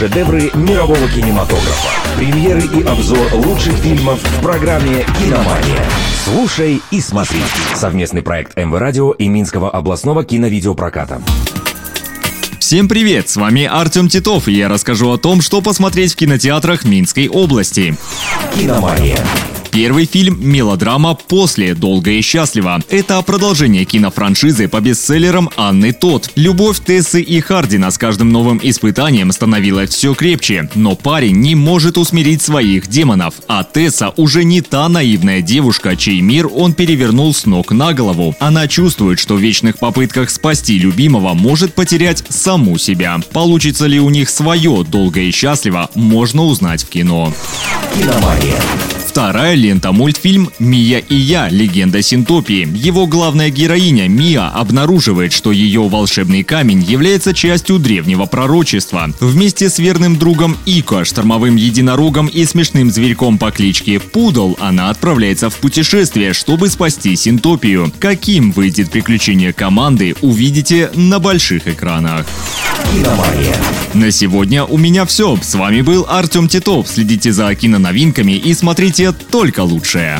Шедевры мирового кинематографа. Премьеры и обзор лучших фильмов в программе «Киномания». Слушай и смотри. Совместный проект МВ Радио и Минского областного киновидеопроката. Всем привет! С вами Артем Титов, и я расскажу о том, что посмотреть в кинотеатрах Минской области. «Киномания». Первый фильм – мелодрама «После. Долго и счастливо». Это продолжение кинофраншизы по бестселлерам Анны Тот. Любовь Тессы и Хардина с каждым новым испытанием становилась все крепче. Но парень не может усмирить своих демонов. А Тесса уже не та наивная девушка, чей мир он перевернул с ног на голову. Она чувствует, что в вечных попытках спасти любимого может потерять саму себя. Получится ли у них свое «Долго и счастливо» можно узнать в кино. «Киномания». Вторая лента – мультфильм «Мия и я. Легенда Синтопии». Его главная героиня Мия обнаруживает, что ее волшебный камень является частью древнего пророчества. Вместе с верным другом Ико, штормовым единорогом и смешным зверьком по кличке Пудл она отправляется в путешествие, чтобы спасти Синтопию. Каким выйдет приключение команды, увидите на больших экранах. «Киномания». На сегодня у меня все. С вами был Артем Титов. Следите за киноновинками и смотрите только лучшее.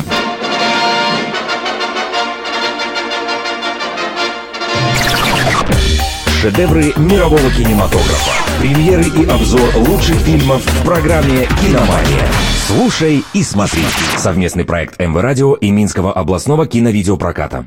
Шедевры мирового кинематографа. Премьеры и обзор лучших фильмов в программе «Киномания». Слушай и смотри. Совместный проект МВ Радио и Минского областного киновидеопроката.